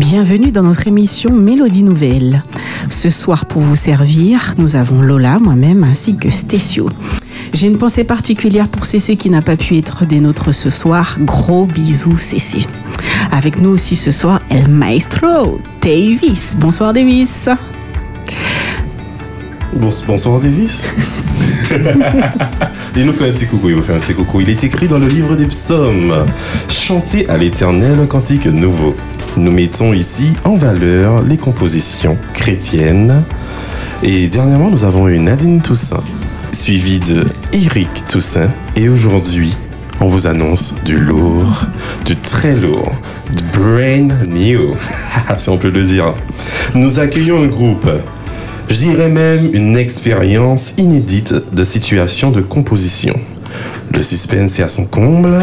Bienvenue dans notre émission Mélodie Nouvelle. Ce soir, pour vous servir, nous avons Lola, moi-même, ainsi que Stécio. J'ai une pensée particulière pour Cécé qui n'a pas pu être des nôtres ce soir. Gros bisous, Cécé. Avec nous aussi ce soir, El Maestro, Davis. Bonsoir, Davis. Bonsoir, Davis. Il nous fait un petit coucou, Il est écrit dans le livre des psaumes. Chantez à l'Éternel un cantique nouveau. Nous mettons ici en valeur les compositions chrétiennes. Et dernièrement, nous avons eu Nadine Toussaint, suivi de Eric Toussaint. Et aujourd'hui, on vous annonce du lourd, du très lourd, du brand new, si on peut le dire. Nous accueillons un groupe, je dirais même une expérience inédite de situation de composition. Le suspense est à son comble.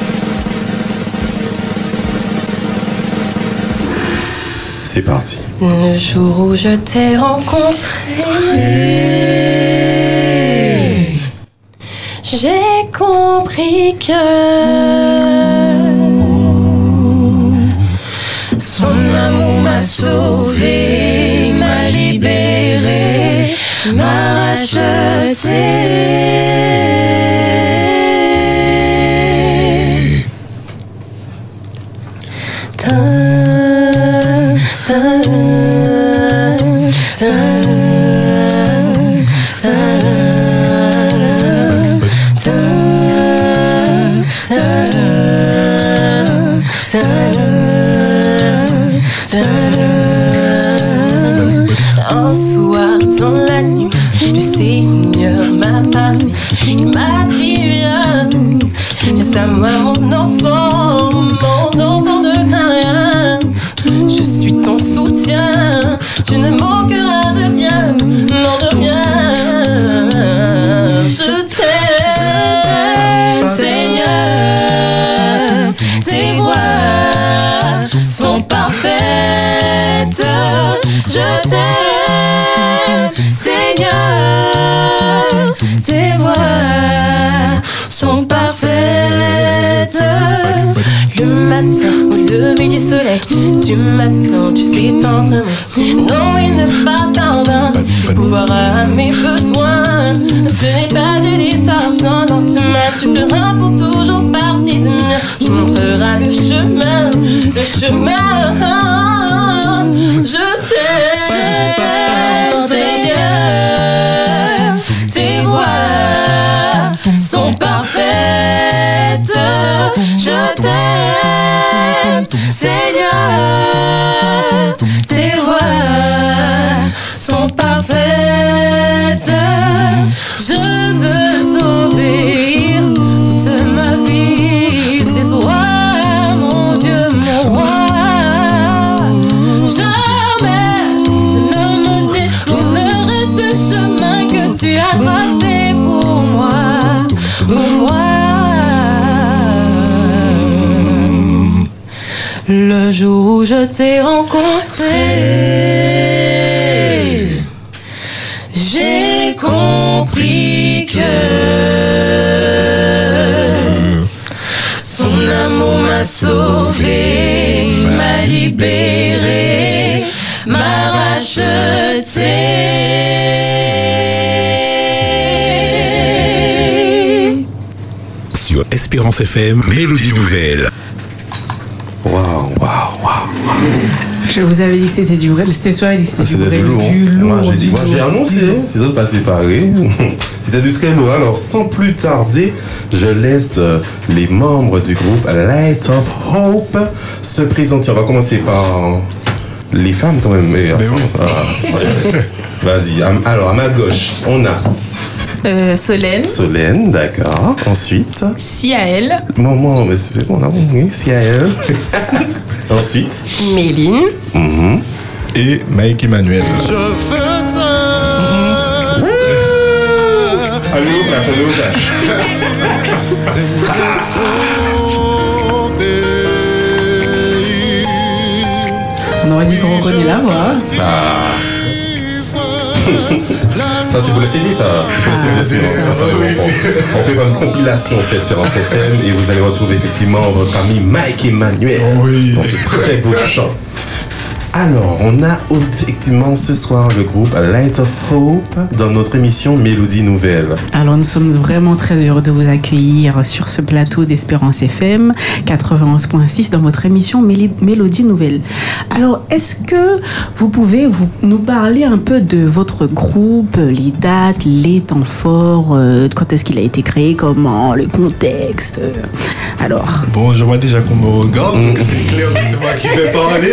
C'est parti. Le jour où je t'ai rencontré, j'ai compris que son amour m'a sauvé, m'a libéré, m'a racheté. Un soir dans la nuit, le Seigneur m'a parlé. Il m'a dit viens à moi mon enfant de rien. Je suis ton soutien, tu ne manqueras de rien, non de rien. Je t'aime, Seigneur, tes voix sont parfaites. Je t'aime, Seigneur, tes voix sont parfaites. Le matin, au lever du soleil, tu m'attends, tu sais tendre. Non, il n'est pas tardin, pouvoir à mes besoins. Ce n'est pas une histoire sans lendemain. Tu feras pour toujours partie de moi. Tu montreras le chemin, le chemin. Je t'aime, Seigneur, tes voix sont parfaites. Je t'aime, Seigneur, tes voix sont parfaites. Je veux t'obéir toute ma vie. C'est toi, mon Dieu, mon roi. Jamais je ne me détournerai du chemin que tu as tracé pour moi, pour moi. Le jour où je t'ai rencontré, j'ai compris que son amour m'a sauvé, m'a libéré, m'a racheté. Sur Espérance FM, Mélodie Nouvelle. Waouh. Je vous avais dit que c'était du vrai, mais c'était soit il dit que c'était du lourd. Moi j'ai annoncé, ces autres pas séparés. C'était du très lourd. Alors sans plus tarder, je laisse les membres du groupe Light of Hope se présenter. On va commencer par les femmes quand même. Vas-y. Alors à ma gauche, on a Solène, d'accord. Ensuite Siaël, mais c'est bon, oui, Siaël. Ensuite Méline, et Mike Emmanuel. Je veux allez au flash. On aurait dit qu'on reconnaît la voix. Ça c'est pour le CD, ça. C'est pour le CD. On fait une compilation sur Espérance FM et vous allez retrouver effectivement votre ami Mike Emmanuel dans ce très beau chant. Alors, on a effectivement ce soir le groupe Light of Hope dans notre émission Mélodie Nouvelle. Alors, nous sommes vraiment très heureux de vous accueillir sur ce plateau d'Espérance FM 91.6 dans votre émission Mélodie Nouvelle. Alors, est-ce que vous pouvez nous parler un peu de votre groupe, les dates, les temps forts, quand est-ce qu'il a été créé, comment, le contexte alors. Bon, je vois déjà qu'on me regarde, donc c'est clair que c'est moi qui vais parler.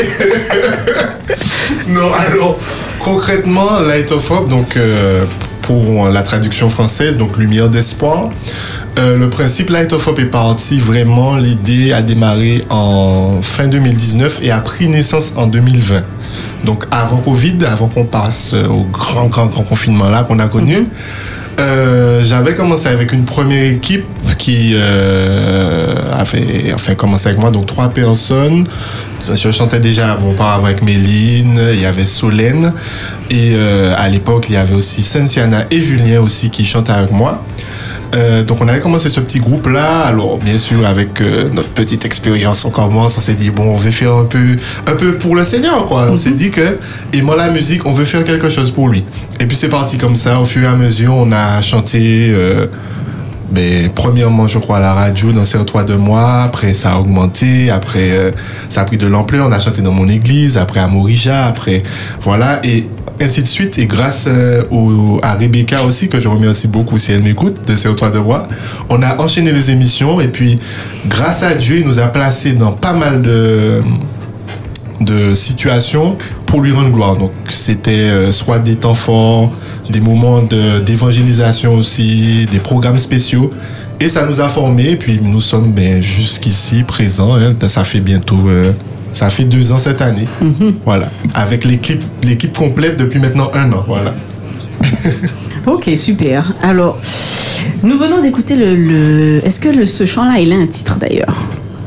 Non, alors, concrètement, Light of Hope, donc pour la traduction française, donc Lumière d'espoir, le principe Light of Hope est parti vraiment, l'idée a démarré en fin 2019 et a pris naissance en 2020. Donc avant Covid, avant qu'on passe au grand confinement là qu'on a connu, j'avais commencé avec une première équipe qui avait commencé avec moi, donc 3 personnes. Je chantais déjà auparavant avec Méline, il y avait Solène et à l'époque il y avait aussi Sensiana et Julien aussi qui chantaient avec moi. Donc on avait commencé ce petit groupe là, alors bien sûr avec notre petite expérience on commence, on s'est dit bon on veut faire un peu pour le Seigneur quoi, on s'est dit que aimant la musique on veut faire quelque chose pour lui. Et puis c'est parti comme ça, au fur et à mesure on a chanté premièrement je crois à la radio dans ces 3-2 mois, après ça a augmenté, après ça a pris de l'ampleur, on a chanté dans mon église, après à Morija, après voilà et ainsi de suite. Et grâce à Rebecca aussi, que je remercie beaucoup si elle m'écoute, de CO3 de Voix, on a enchaîné les émissions et puis grâce à Dieu, il nous a placés dans pas mal de situations pour lui rendre gloire. Donc c'était soit des temps forts, des moments d'évangélisation aussi, des programmes spéciaux. Et ça nous a formés et puis nous sommes jusqu'ici présents. Hein, ça fait bientôt... Ça fait 2 ans cette année, voilà, avec l'équipe complète depuis maintenant 1 an, voilà. Ok, super. Alors, nous venons d'écouter Est-ce que ce chant-là, il a un titre d'ailleurs?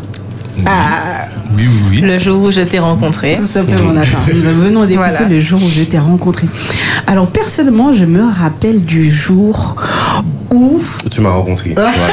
Oui. Le jour où je t'ai rencontré. Tout simplement, d'accord. Nous venons d'écouter Le jour où je t'ai rencontré. Alors, personnellement, je me rappelle du jour où... Tu m'as rencontré.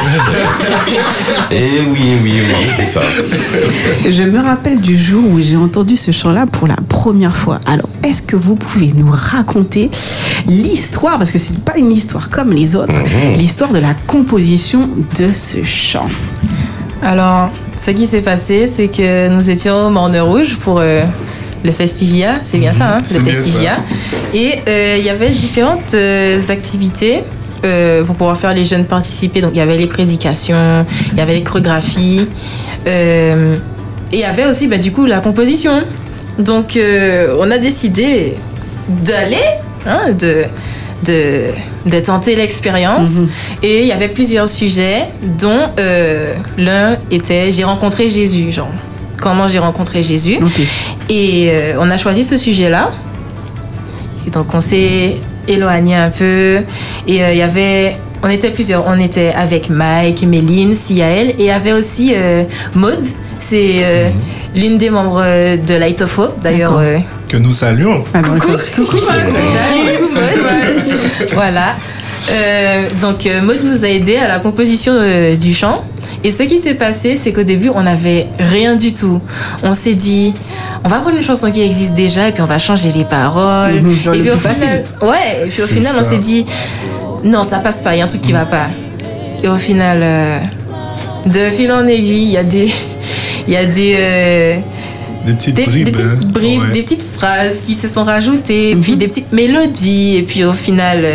Et oui, c'est ça. Je me rappelle du jour où j'ai entendu ce chant-là pour la première fois. Alors, est-ce que vous pouvez nous raconter l'histoire, parce que c'est pas une histoire comme les autres, l'histoire de la composition de ce chant? Alors, ce qui s'est passé, c'est que nous étions au Morne Rouge pour le Festigia, c'est bien ça, hein, le Festigia. Et il y avait différentes activités pour pouvoir faire les jeunes participer. Donc, il y avait les prédications, il y avait les chorégraphies, et il y avait aussi, du coup, la composition. Donc, on a décidé d'aller, de tenter l'expérience. Et il y avait plusieurs sujets, dont l'un était « J'ai rencontré Jésus », genre « Comment j'ai rencontré Jésus ». Et on a choisi ce sujet-là. Et donc, on s'est éloigné un peu. Et il y avait... On était plusieurs. On était avec Mike, Méline, Siaël. Et il y avait aussi Maud. C'est l'une des membres de Light of Hope, d'ailleurs. Que nous saluons. Coucou Maud. Voilà. Donc Maud nous a aidés à la composition du chant. Et ce qui s'est passé, c'est qu'au début, on n'avait rien du tout. On s'est dit, on va prendre une chanson qui existe déjà et puis on va changer les paroles. Et puis au final, on s'est dit, non, ça passe pas, il y a un truc qui va pas. Et au final, de fil en aiguille, il y a des petites bribes, des petites phrases qui se sont rajoutées, puis des petites mélodies, et puis au final,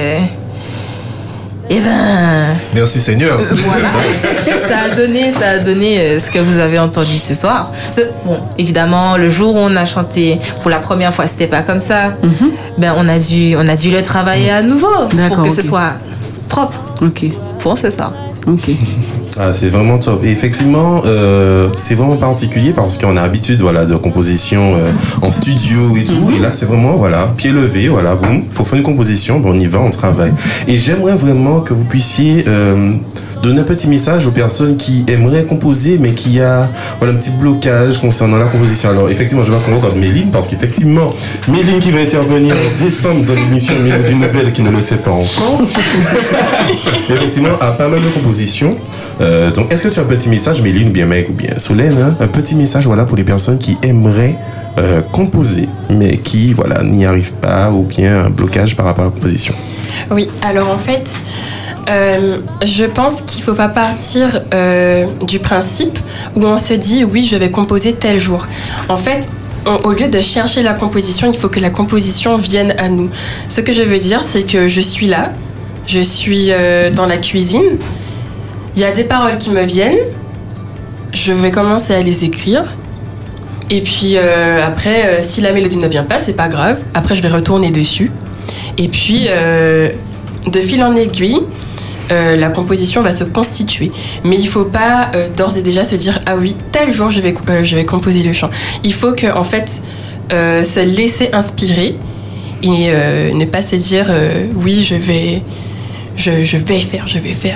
merci Seigneur. Voilà. ça a donné ce que vous avez entendu ce soir. Bon, évidemment, le jour où on a chanté pour la première fois, c'était pas comme ça. On a dû le travailler à nouveau pour que ce soit propre. Bon, c'est ça. Ah, c'est vraiment top. Et effectivement, c'est vraiment particulier parce qu'on a l'habitude de composition en studio et tout. Et là, c'est vraiment, pied levé, boum, faut faire une composition, on y va, on travaille. Et j'aimerais vraiment que vous puissiez donner un petit message aux personnes qui aimeraient composer, mais qui a un petit blocage concernant la composition. Alors, effectivement, je vais qu'on regarde Méline, parce qu'effectivement, Méline qui va intervenir en décembre dans l'émission Mélodie Nouvelle, qui ne le sait pas encore, effectivement, a pas mal de compositions. Donc, est-ce que tu as un petit message, Méline, ou bien Mike, ou bien Solène, un petit message pour les personnes qui aimeraient composer, mais qui n'y arrivent pas, ou bien un blocage par rapport à la composition? Oui, alors en fait, je pense qu'il ne faut pas partir du principe où on se dit oui, je vais composer tel jour. En fait, au lieu de chercher la composition, il faut que la composition vienne à nous. Ce que je veux dire, c'est que je suis là, je suis dans la cuisine, il y a des paroles qui me viennent, je vais commencer à les écrire. Et puis après, si la mélodie ne vient pas, c'est pas grave. Après, je vais retourner dessus. Et puis, de fil en aiguille, la composition va se constituer. Mais il ne faut pas d'ores et déjà se dire « Ah oui, tel jour, je vais composer le chant ». Il faut en fait, se laisser inspirer et ne pas se dire « Oui, je vais faire ».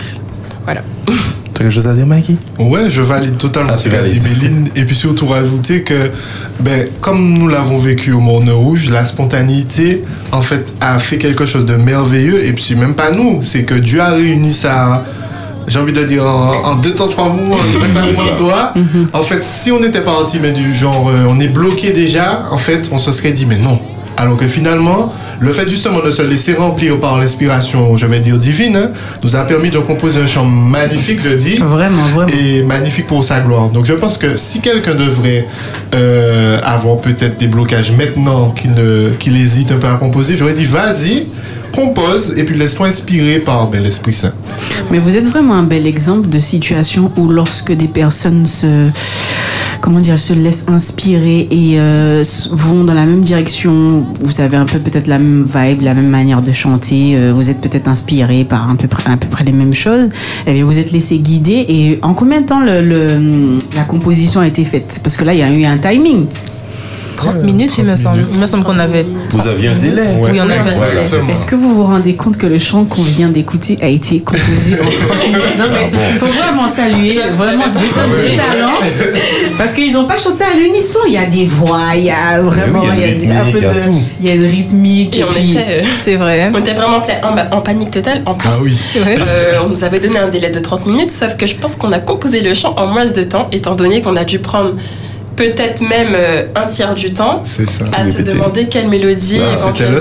Voilà. Tu as quelque chose à dire, Mikey? Ouais, je valide totalement ce qu'a dit Méline. Et puis surtout rajouter que, comme nous l'avons vécu au Morne Rouge, la spontanéité, en fait, a fait quelque chose de merveilleux. Et puis c'est même pas nous, c'est que Dieu a réuni ça, j'ai envie de dire, en 2 temps, 3 mois, en toi. En fait, si on n'était pas intimé du genre, on est bloqué déjà, en fait, on se serait dit, mais non. Alors que finalement, le fait justement de se laisser remplir par l'inspiration, je vais dire divine, nous a permis de composer un chant magnifique, je dis. Vraiment. Et magnifique pour sa gloire. Donc je pense que si quelqu'un devrait avoir peut-être des blocages maintenant, qu'il hésite un peu à composer, j'aurais dit vas-y, compose et puis laisse-toi inspirer par l'Esprit Saint. Mais vous êtes vraiment un bel exemple de situation où lorsque des personnes se laissent inspirer et vont dans la même direction, vous avez un peu peut-être la même vibe, la même manière de chanter, vous êtes peut-être inspiré par à peu près les mêmes choses, et bien vous êtes laissé guider. Et en combien de temps la composition a été faite? Parce que là, il y a eu un timing. 30 minutes, il me semble. Il me semble qu'on avait... Vous aviez un délai. Oui, on avait un délai. Est-ce que vous vous rendez compte que le chant qu'on vient d'écouter a été composé en 30 minutes? Non, mais il faut vraiment saluer, vraiment Dieu donne des talents. Parce qu'ils n'ont pas chanté à l'unisson. Il y a des voix, il y a vraiment... Il y a une rythmique. Et c'est vrai. On était vraiment en panique totale. En plus, on nous avait donné un délai de 30 minutes, sauf que je pense qu'on a composé le chant en moins de temps, étant donné qu'on a dû prendre peut-être même un tiers du temps à se demander quelle mélodie éventuellement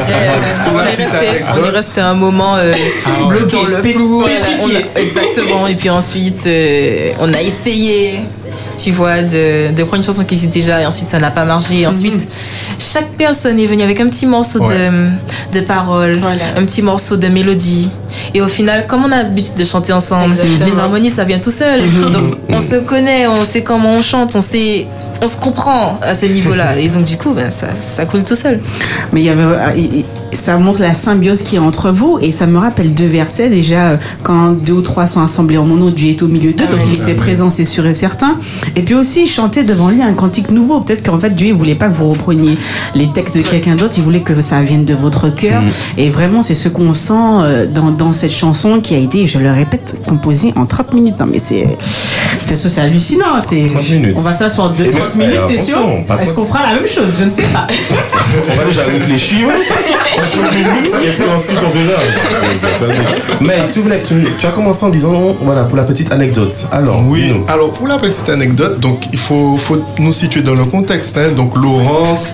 on est resté un moment dans le flou, exactement, et puis ensuite on a essayé, tu vois, de prendre une chanson qui existe déjà, et ensuite ça n'a pas marché, et ensuite chaque personne est venue avec un petit morceau de parole, un petit morceau de mélodie, et au final, comme on a l'habitude de chanter ensemble, les harmonies ça vient tout seul, donc on se connaît, on sait comment on chante, on se comprend à ce niveau-là, et donc du coup ça coule tout seul. Mais ça montre la symbiose qui est entre vous, et ça me rappelle 2 versets déjà, quand 2 ou 3 sont assemblés en mon nom, Dieu est au milieu d'eux, donc il était présent, c'est sûr et certain. Et puis aussi chanter devant lui un cantique nouveau. Peut-être qu'en fait Dieu il voulait pas que vous repreniez les textes de quelqu'un d'autre, il voulait que ça vienne de votre cœur. Et vraiment c'est ce qu'on sent dans cette chanson qui a été, je le répète, composée en 30 minutes. Non mais c'est hallucinant. 30 minutes. On va s'asseoir 30 minutes, c'est sûr. Est-ce qu'on fera la même chose? Je ne sais pas. On va déjà réfléchir. 30 minutes et puis ensuite on verra. Mais tu as commencé en disant, voilà, pour la petite anecdote. Alors, dis-nous. Alors pour la petite anecdote, donc il faut nous situer dans le contexte. Donc Florence,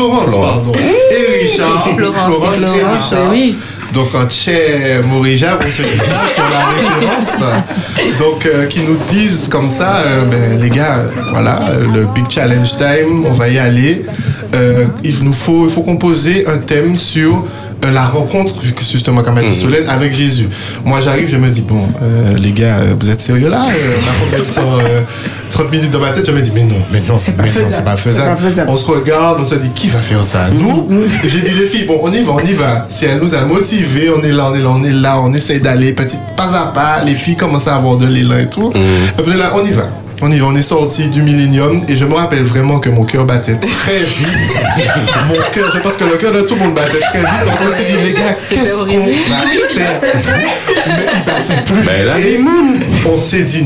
et Richard. Florence et Richard. Oui. Donc un Che Morija, pour ceux qui savent, pour la référence. Donc qui nous disent comme ça, les gars, voilà, le Big Challenge Time, on va y aller. Il faut composer un thème sur la rencontre, justement, comme a dit Solène, avec Jésus. Moi, j'arrive, je me dis, bon, les gars, vous êtes sérieux là? On a combien de temps 30 minutes dans ma tête, je me dis, mais non, c'est pas faisable. On se regarde, on se dit, qui va faire ça? Nous? J'ai dit, les filles, bon, on y va. Si elle nous a motivés, on est là, on essaye d'aller petit pas à pas. Les filles commencent à avoir de l'élan et tout. Et puis là, on y va. On est sorti du Millennium et je me rappelle vraiment que mon cœur battait très vite. Je pense que le cœur de tout le monde battait très vite parce qu'on s'est dit, les gars, qu'est-ce qu'on va faire? Mais il battait plus. Et on s'est dit non.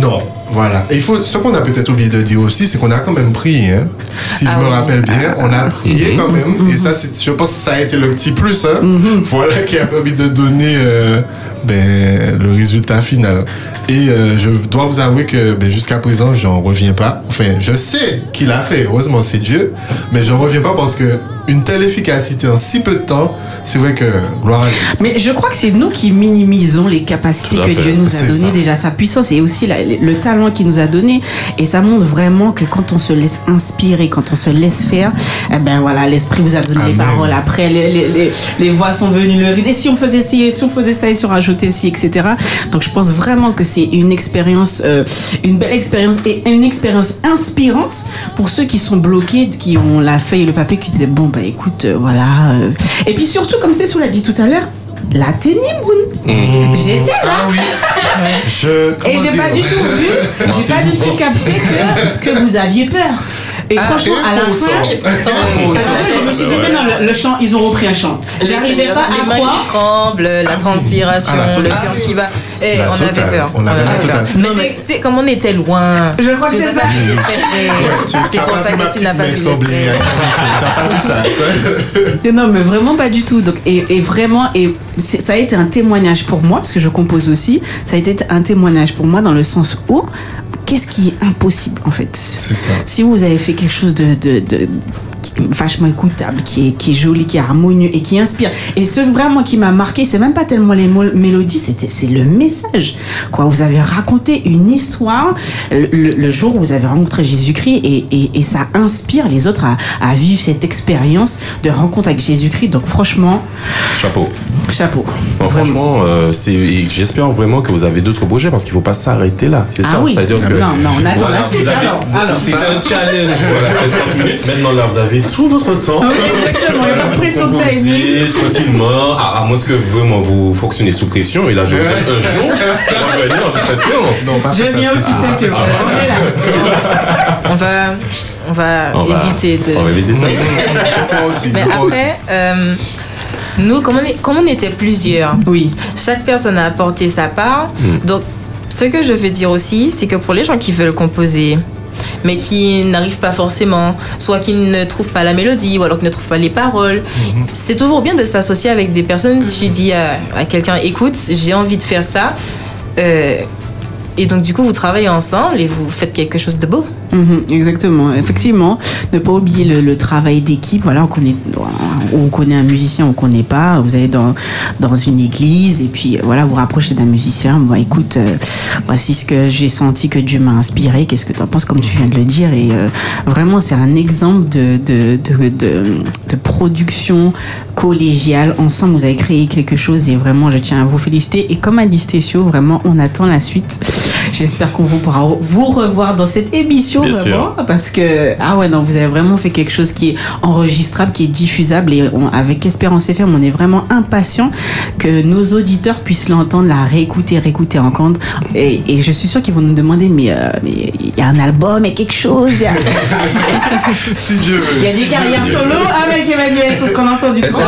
Voilà. Et ce qu'on a peut-être oublié de dire aussi, c'est qu'on a quand même prié. Hein. Si je me rappelle bien, on a prié quand même. Et ça, je pense que ça a été le petit plus. Hein. Voilà, qui a permis de donner le résultat final. Et je dois vous avouer que jusqu'à présent, j'en reviens pas. Enfin, je sais qu'il a fait, heureusement, c'est Dieu, mais j'en reviens pas parce que une telle efficacité en si peu de temps, c'est vrai que gloire à Dieu. Mais je crois que c'est nous qui minimisons les capacités que Dieu nous a données, déjà sa puissance et aussi le talent qu'il nous a donné. Et ça montre vraiment que quand on se laisse inspirer, quand on se laisse faire, l'Esprit vous a donné les paroles. Après, les voix sont venues, le rythme. Et si on faisait ça et si on rajoutait ci, etc. Donc je pense vraiment que c'est une expérience, une belle expérience et une expérience inspirante pour ceux qui sont bloqués, qui ont la feuille et le papier, qui disaient écoute, voilà. Et puis surtout, comme c'est l'a dit tout à l'heure, la Ténimoun. J'étais là. Ah oui. Et j'ai pas du tout capté que vous aviez peur. Et franchement, à la fin, je me suis dit, mais non, le chant, ils ont repris un chant. J'arrivais pas à les mains qui tremblent, la transpiration, le cœur qui va. Et on avait peur. Mais c'est comme on était loin. Je crois que c'est ça. C'est pour ça que tu n'as pas vu le stress. Non, mais vraiment pas du tout. Donc, et vraiment, ça a été un témoignage pour moi, parce que je compose aussi. Ça a été un témoignage pour moi dans le sens où qu'est-ce qui est impossible en fait. C'est ça. Si vous avez fait quelque chose de vachement écoutable, qui est joli, qui est harmonieux et qui inspire. Et ce vraiment qui m'a marqué, c'est même pas tellement les mélodies, c'est le message. Quoi, vous avez raconté une histoire le jour où vous avez rencontré Jésus-Christ et ça inspire les autres à vivre cette expérience de rencontre avec Jésus-Christ. Donc franchement, chapeau. Non, franchement, j'espère vraiment que vous avez d'autres projets parce qu'il ne faut pas s'arrêter là. C'est ça. Oui. C'est-à-dire que non, on attend la suite. Alors, c'était un challenge. Voilà, 30 minutes. Maintenant, là, vous avez tout votre temps. Oui, exactement. Il n'y a pas de pression de timing. Tranquillement. À moins que vraiment vous fonctionnez sous pression. Et là, je vais vous dire un jour, on va venir en expérience. Non, pas je viens aussi, c'est sûr. On va éviter de. On va éviter ça. Je crois aussi. Mais après, nous, comme on était plusieurs, oui, chaque personne a apporté sa part. Donc, ce que je veux dire aussi, c'est que pour les gens qui veulent composer, mais qui n'arrivent pas forcément, soit qui ne trouvent pas la mélodie, ou alors qui ne trouvent pas les paroles, c'est toujours bien de s'associer avec des personnes. Tu dis à quelqu'un, écoute, j'ai envie de faire ça. Et donc, du coup, vous travaillez ensemble et vous faites quelque chose de beau. Exactement, effectivement, ne pas oublier le travail d'équipe. Voilà, on connaît un musicien, on connaît pas. Vous allez dans une église et puis voilà, vous rapprochez d'un musicien. Écoute, voici ce que j'ai senti que Dieu m'a inspiré. Qu'est-ce que tu en penses, comme tu viens de le dire. Et vraiment, c'est un exemple de production collégiale. Ensemble, vous avez créé quelque chose et vraiment, je tiens à vous féliciter. Et comme a dit Stécio, vraiment, on attend la suite. J'espère qu'on pourra vous revoir dans cette émission. Bien vraiment, sûr. parce que vous avez vraiment fait quelque chose qui est enregistrable, qui est diffusable et avec Espérance FM, on est vraiment impatient que nos auditeurs puissent l'entendre, la réécouter encore et je suis sûre qu'ils vont nous demander mais il y a un album et quelque chose, il y a des carrières solo avec Emmanuel, c'est ce qu'on a entendu tout à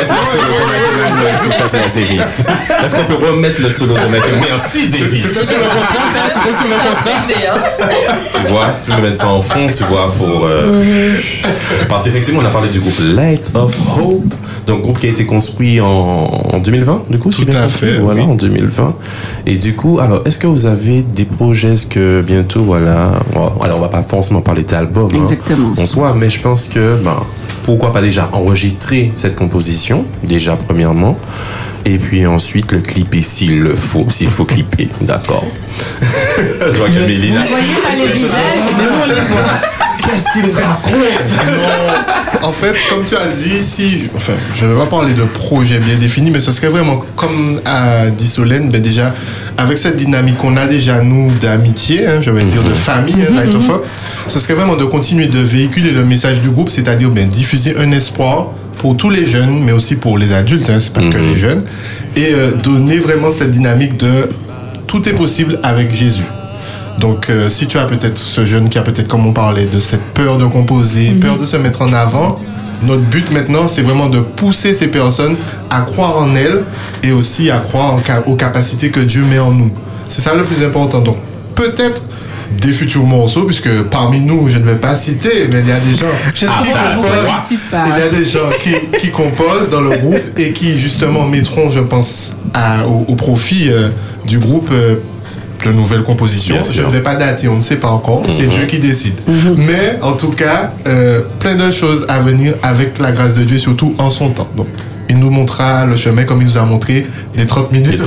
l'heure. Est-ce qu'on peut remettre le solo de Maître Davis? Merci Davis. C'était sur le contrat. Tu vois, si tu veux mettre ça en fond, tu vois, parce qu'effectivement, on a parlé du groupe Light of Hope, donc groupe qui a été construit en 2020, du coup, tout à fait. Voilà, oui. en 2020. Et du coup, alors, est-ce que vous avez des projets, est-ce que bientôt, on va pas forcément parler d'album, exactement, en soi, mais je pense que, pourquoi pas déjà enregistrer cette composition, déjà premièrement, et puis ensuite le clipper s'il faut clipper, d'accord. Je vois que Mélina. Vous voyez pas les visages, mais vous on les voit. Qu'est-ce qu'il raconte? Non. En fait, comme tu as dit, je ne vais pas parler de projet bien défini, mais ce serait vraiment, comme a dit Solène, déjà, avec cette dynamique qu'on a déjà, nous, d'amitié, je vais dire de famille, Light of Hope, ce serait vraiment de continuer de véhiculer le message du groupe, c'est-à-dire diffuser un espoir pour tous les jeunes, mais aussi pour les adultes, c'est pas que les jeunes, et donner vraiment cette dynamique de tout est possible avec Jésus. Donc, si tu as peut-être ce jeune qui a peut-être, comme on parlait, de cette peur de composer, peur de se mettre en avant, notre but maintenant, c'est vraiment de pousser ces personnes à croire en elles et aussi à croire aux capacités que Dieu met en nous. C'est ça le plus important. Donc, peut-être des futurs morceaux, puisque parmi nous, je ne vais pas citer, mais il y a des gens il y a des gens qui composent dans le groupe et qui justement mettront, je pense, au profit du groupe de nouvelles compositions. Je ne vais pas dater, on ne sait pas encore, c'est Dieu qui décide. Mais en tout cas, plein de choses à venir avec la grâce de Dieu, surtout en son temps. Donc, il nous montrera le chemin comme il nous a montré les 30 minutes.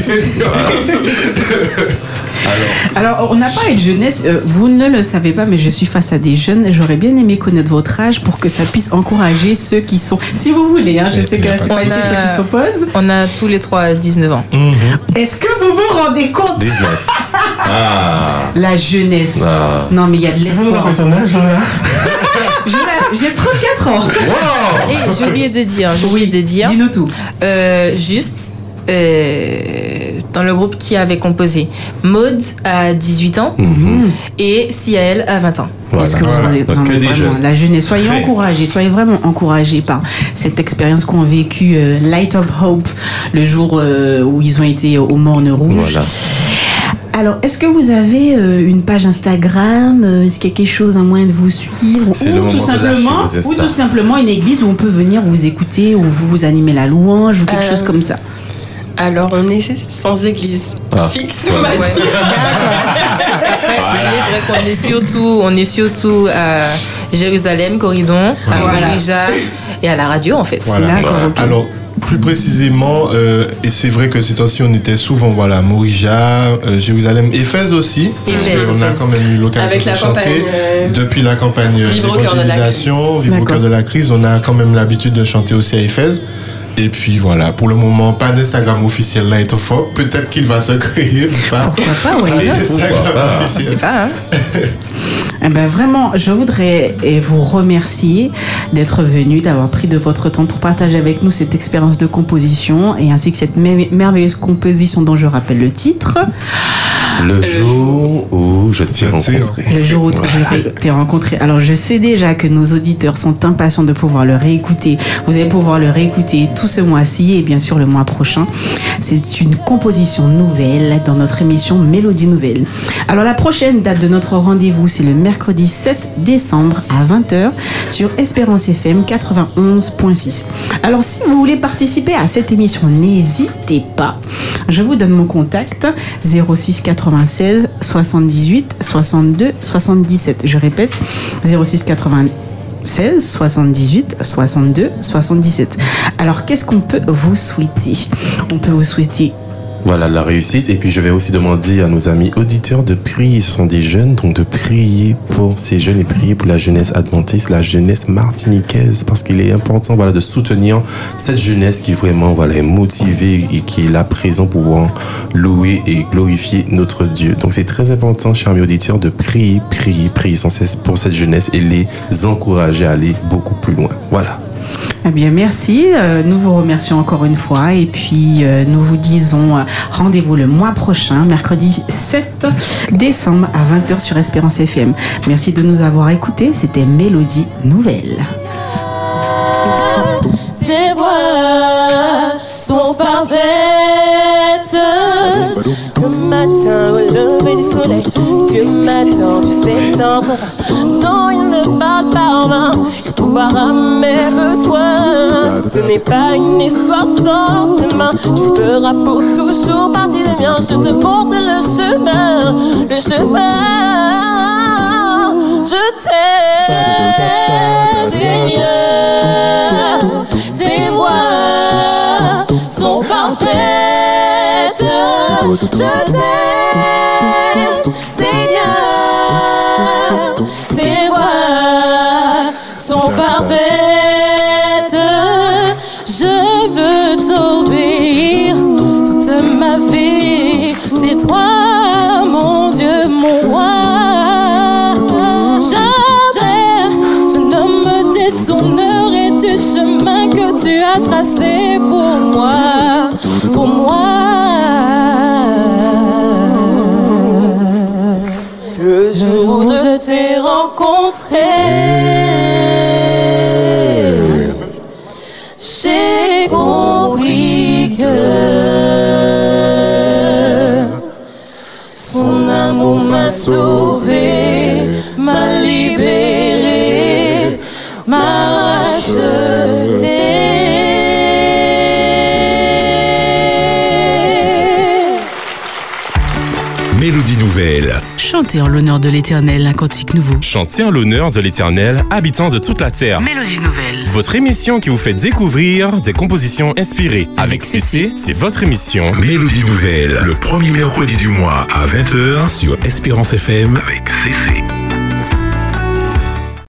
Alors, on n'a pas de jeunesse, vous ne le savez pas, mais je suis face à des jeunes. J'aurais bien aimé connaître votre âge pour que ça puisse encourager ceux qui sont... Si vous voulez, je sais que c'est ceux qui s'opposent. On a tous les trois 19 ans. Est-ce que vous vous rendez compte 19. La jeunesse. Non, mais il y a de l'espoir. J'ai 34 ans. Wow. Et j'ai oublié de dire. Dis-nous tout. Juste... dans le groupe qui avait composé, Maud a 18 ans et Siaël a 20 ans. Est-ce que vous vraiment, la jeunesse, soyez encouragés, soyez vraiment encouragés par cette expérience qu'ont vécu Light of Hope le jour où ils ont été au Morne Rouge. Voilà. Alors, est-ce que vous avez une page Instagram? Est-ce qu'il y a quelque chose à moins de vous suivre? Ou tout simplement une église où on peut venir vous écouter, où vous animez la louange ou quelque chose comme ça? Alors, on est sans église fixe. Voilà. Après, c'est vrai qu'on est surtout à Jérusalem, Corridon, à Morija et à la radio, en fait. Voilà. Okay. Alors, plus précisément, et c'est vrai que ces temps-ci, on était souvent, Morija, Jérusalem, Éphèse aussi. On a quand même eu l'occasion de chanter. Depuis la campagne d'évangélisation, Vivre au cœur de la crise, on a quand même l'habitude de chanter aussi à Éphèse. Et puis voilà, pour le moment, pas d'Instagram officiel Light of Hope. Peut-être qu'il va se créer ou pas. Pourquoi pas, oui. Je sais pas. Vraiment, je voudrais vous remercier d'être venu, d'avoir pris de votre temps pour partager avec nous cette expérience de composition et ainsi que cette merveilleuse composition dont je rappelle le titre. Le jour où je t'ai rencontré. Le jour où je t'ai rencontré. Alors, je sais déjà que nos auditeurs sont impatients de pouvoir le réécouter. Vous allez pouvoir le réécouter tout ce mois-ci et bien sûr le mois prochain. C'est une composition nouvelle dans notre émission Mélodie Nouvelle. Alors, la prochaine date de notre rendez-vous, c'est le mercredi 7 décembre à 20h sur Espérance FM 91.6. Alors, si vous voulez participer à cette émission, n'hésitez pas. Je vous donne mon contact 06 96 78 62 77. Je répète 06 96 78 62 77. Alors, qu'est-ce qu'on peut vous souhaiter? On peut vous souhaiter la réussite. Et puis, je vais aussi demander à nos amis auditeurs de prier. Ce sont des jeunes, donc de prier pour ces jeunes et prier pour la jeunesse adventiste, la jeunesse martiniquaise, parce qu'il est important, de soutenir cette jeunesse qui vraiment, est motivée et qui est là présent pour pouvoir louer et glorifier notre Dieu. Donc, c'est très important, chers amis auditeurs, de prier sans cesse pour cette jeunesse et les encourager à aller beaucoup plus loin. Voilà. Eh bien, merci. Nous vous remercions encore une fois et puis nous vous disons rendez-vous le mois prochain, mercredi 7 décembre à 20h sur Espérance FM. Merci de nous avoir écoutés. C'était Mélodie Nouvelle. Tes voix sont parfaites. Le matin au lever du soleil, tu m'attends, tu sais t'entendre. Non, il ne parle pas en vain, il trouvera mes besoins. Ce n'est pas une histoire sans demain. Tu feras pour toujours partie des miens. Je te montre le chemin. Je t'aime, Seigneur. Tes voix sont parfaites. Je t'aime, Seigneur. Tes voix sont parfaites. Je veux t'obéir toute ma vie. C'est toi, mon Dieu, mon roi. Jamais je ne me détournerai du chemin que tu as tracé pour moi. Pour moi. Le jour où je t'ai rencontré, j'ai compris que son amour m'a sauvé. Chantez en l'honneur de l'Éternel un cantique nouveau. Chantez en l'honneur de l'Éternel, habitants de toute la terre. Mélodie nouvelle. Votre émission qui vous fait découvrir des compositions inspirées. Avec CC, c'est votre émission Mélodie nouvelle, le premier mercredi du mois à 20h sur Espérance FM avec CC.